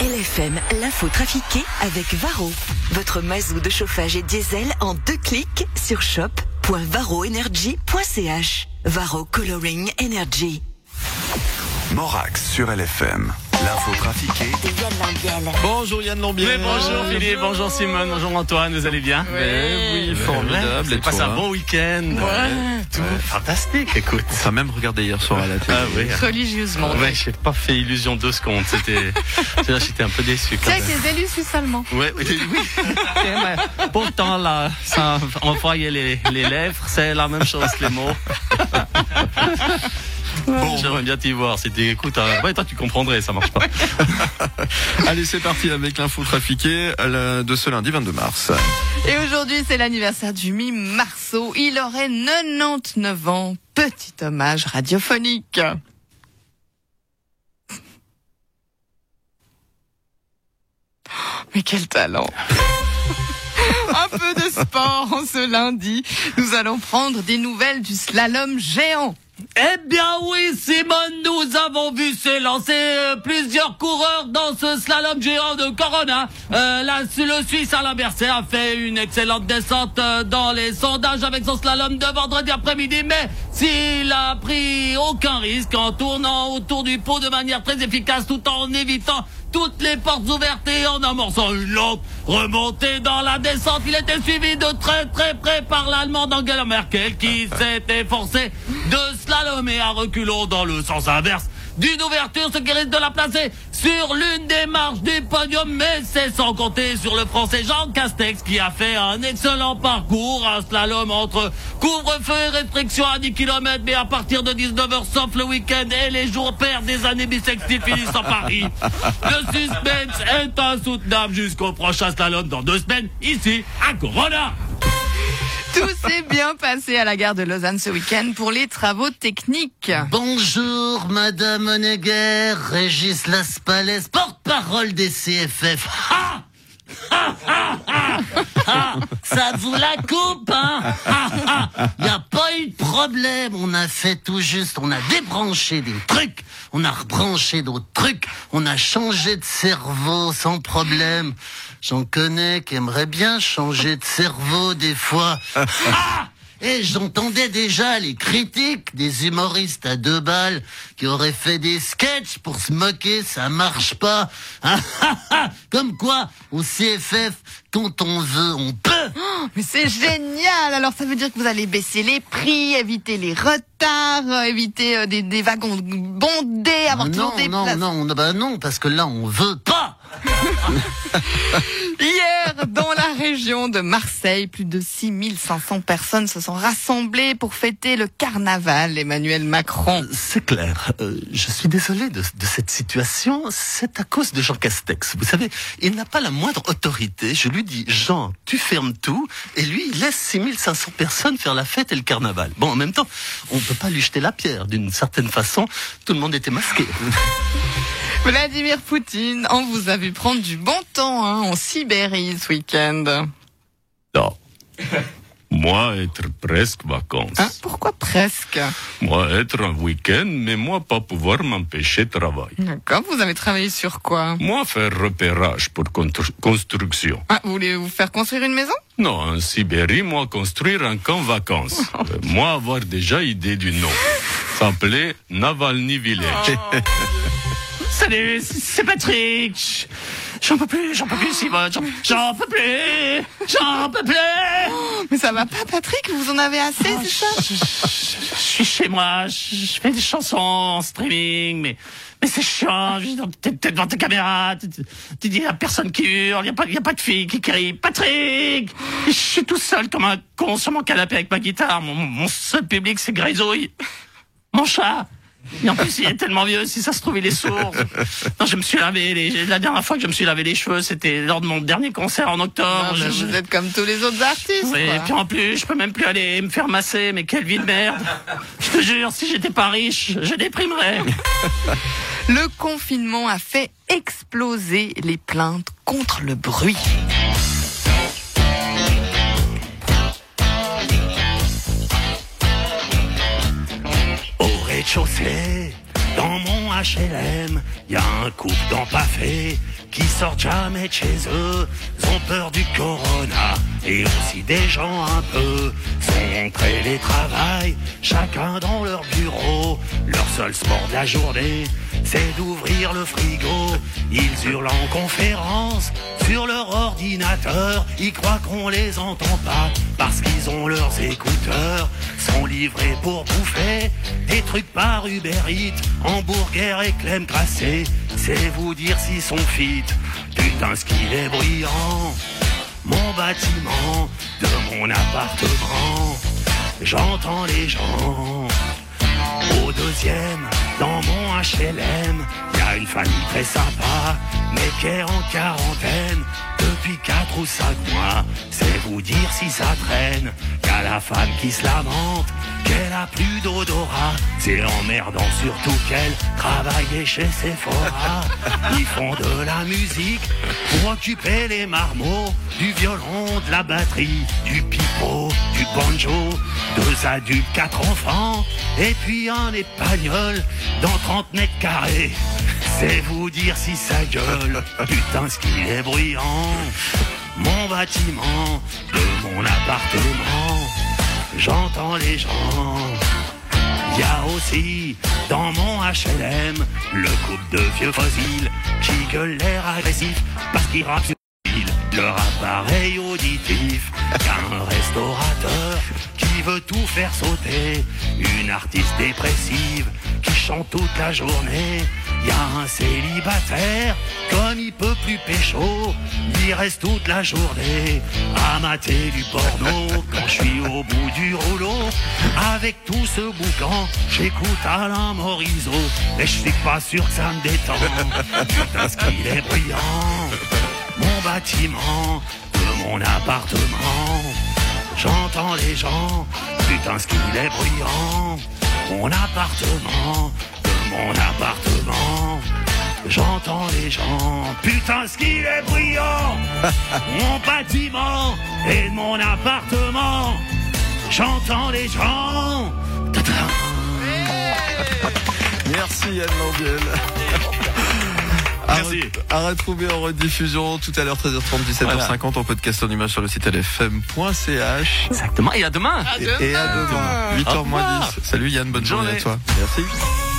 LFM, l'info trafiquée avec Varro. Votre mazou de chauffage et diesel en 2 clics sur shop.varroenergy.ch. Varro Coloring Energy. Morax sur LFM. L'info trafiquée. Yann Lambiel. Bonjour Yann Lambiel. Bonjour Philippe, bonjour Simone, bonjour Antoine, vous allez bien? Oui, formidable. Vous avez passé un bon week-end. Fantastique, écoute. Ça a même regardé hier soir à la télé. Ah oui. Religieusement. Ouais, j'ai pas fait illusion 2 secondes. J'étais un peu déçu. C'est avec les élus suisses allemands. Oui. Pourtant là, ça envoyer les lèvres, c'est la même chose, les mots. Bon, j'aimerais bien t'y voir. C'était, écoute, toi tu comprendrais, ça marche pas. Allez, c'est parti avec l'info trafiquée de ce lundi 22 mars. Et aujourd'hui, c'est l'anniversaire du mime Marceau. Il aurait 99 ans. Petit hommage radiophonique. Mais quel talent! Un peu de sport en ce lundi. Nous allons prendre des nouvelles du slalom géant. Eh bien oui, Simone, nous avons vu s'élancer plusieurs coureurs dans ce slalom géant de Corona. Le Suisse Alain Berset a fait une excellente descente dans les sondages avec son slalom de vendredi après-midi, mais s'il a pris aucun risque en tournant autour du pot de manière très efficace tout en évitant toutes les portes ouvertes et en amorçant une longue remontée dans la descente. Il était suivi de très très près par l'Allemande Angela Merkel qui s'est efforcé de slalomer à reculons dans le sens inverse d'une ouverture, ce qui risque de la placer sur l'une des marches du podium, mais c'est sans compter sur le Français Jean Castex qui a fait un excellent parcours, un slalom entre couvre-feu et restrictions à 10 km, mais à partir de 19h sauf le week-end et les jours pairs des années bissextiles finissent en Paris. Le suspense est insoutenable jusqu'au prochain slalom dans 2 semaines, ici à Corona. Tout s'est bien passé à la gare de Lausanne ce week-end pour les travaux techniques. Bonjour, Madame Honegger, Régis Laspalès, porte-parole des CFF. Ça vous la coupe, hein? Y a pas eu de problème, on a fait tout juste, on a débranché des trucs, on a rebranché d'autres trucs, on a changé de cerveau sans problème. J'en connais qui aimeraient bien changer de cerveau des fois. Et j'entendais déjà les critiques des humoristes à 2 balles qui auraient fait des sketchs pour se moquer, ça marche pas. Comme quoi, au CFF, quand on veut, on peut. Oh, mais c'est génial! Alors ça veut dire que vous allez baisser les prix, éviter les retards, éviter des wagons bondés, avoir toujours des places. Non, parce que là, on veut pas. Hier, dans la région de Marseille, plus de 6500 personnes se sont rassemblées pour fêter le carnaval, Emmanuel Macron. C'est clair. Je suis désolé de cette situation. C'est à cause de Jean Castex. Vous savez, il n'a pas la moindre autorité. Je lui dis, Jean, tu fermes tout. Et lui, il laisse 6500 personnes faire la fête et le carnaval. Bon, en même temps, on peut pas lui jeter la pierre. D'une certaine façon, tout le monde était masqué. Vladimir Poutine, on vous a vu prendre du bon temps en Sibérie ce week-end. Non. Moi, être presque vacances. Pourquoi presque? Moi, être un week-end, mais moi, pas pouvoir m'empêcher de travailler. D'accord, vous avez travaillé sur quoi? Moi, faire repérage pour construction. Vous voulez vous faire construire une maison? Non, en Sibérie, moi, construire un camp vacances. Moi, avoir déjà idée du nom. S'appelait Navalny Village. Salut, c'est Patrick. J'en peux plus, Simone. J'en peux plus. Mais ça va pas, Patrick? Vous en avez assez, c'est ça? Je suis chez moi, je fais des chansons en streaming, mais c'est chiant. T'es devant ta caméra, tu dis à personne qui hurle, y a pas de fille qui crie Patrick. Je suis tout seul comme un con sur mon canapé avec ma guitare. Mon seul public, c'est Grisouille, mon chat. Et en plus, il est tellement vieux, si ça se trouve, il est sourd. Non, je me suis lavé la dernière fois que je me suis lavé les cheveux, c'était lors de mon dernier concert en octobre. Vous êtes comme tous les autres artistes. Oui, et puis en plus, je peux même plus aller me faire masser, mais quelle vie de merde. Je te jure, si j'étais pas riche, je déprimerais. Le confinement a fait exploser les plaintes contre le bruit. Au rez-de-chaussée, dans Dans mon HLM, y a un couple d'empaffés qui sortent jamais de chez eux. Ils ont peur du corona et aussi des gens un peu sont télétravail, chacun dans leur bureau. Leur seul sport de la journée, c'est d'ouvrir le frigo. Ils hurlent en conférence sur leur ordinateur. Ils croient qu'on les entend pas parce qu'ils ont leurs écouteurs. Sont livrés pour bouffer des trucs par Uber Eats, hamburgers et crème glacée. C'est vous dire s'ils sont fit. Putain ce qu'il est bruyant, mon bâtiment de mon appartement. J'entends les gens. Au deuxième, dans mon HLM, y a une famille très sympa, mais qui est en quarantaine depuis 4 ou 5 mois. C'est vous dire si ça traîne. Y a la femme qui se lamente qu'elle a plus d'odorat. C'est emmerdant surtout qu'elle travaillait chez Sephora. Ils font de la musique pour occuper les marmots, du violon, de la batterie, du pipeau, du banjo. 2 adultes, 4 enfants, et puis un espagnol dans 30 mètres carrés. C'est vous dire si ça gueule. Putain ce qu'il est bruyant, mon bâtiment de mon appartement. J'entends les gens. Y a aussi dans mon HLM le couple de vieux fossiles qui gueulent l'air agressif parce qu'ils rappent sur leur appareil auditif. Qu'un restaurateur qui veut tout faire sauter, une artiste dépressive qui chante toute la journée. Y a un célibataire, comme il peut plus pécho, il reste toute la journée à mater du porno. Quand je suis au bout du rouleau, avec tout ce boucan, j'écoute Alain Morisot, mais je suis pas sûr que ça me détend. Putain ce qu'il est brillant, mon bâtiment de mon appartement. J'entends les gens, putain ce qu'il est bruyant, mon appartement de mon appartement. J'entends les gens, putain ce qu'il est bruyant, mon bâtiment et de mon appartement. J'entends les gens. Merci Yann Lambiel. Merci. À retrouver en rediffusion tout à l'heure 13h30, 17h50 en podcast en image sur le site lfm.ch. Exactement, et à demain. Et à demain, 8h moins 10. Salut Yann, bonne journée à toi. Merci.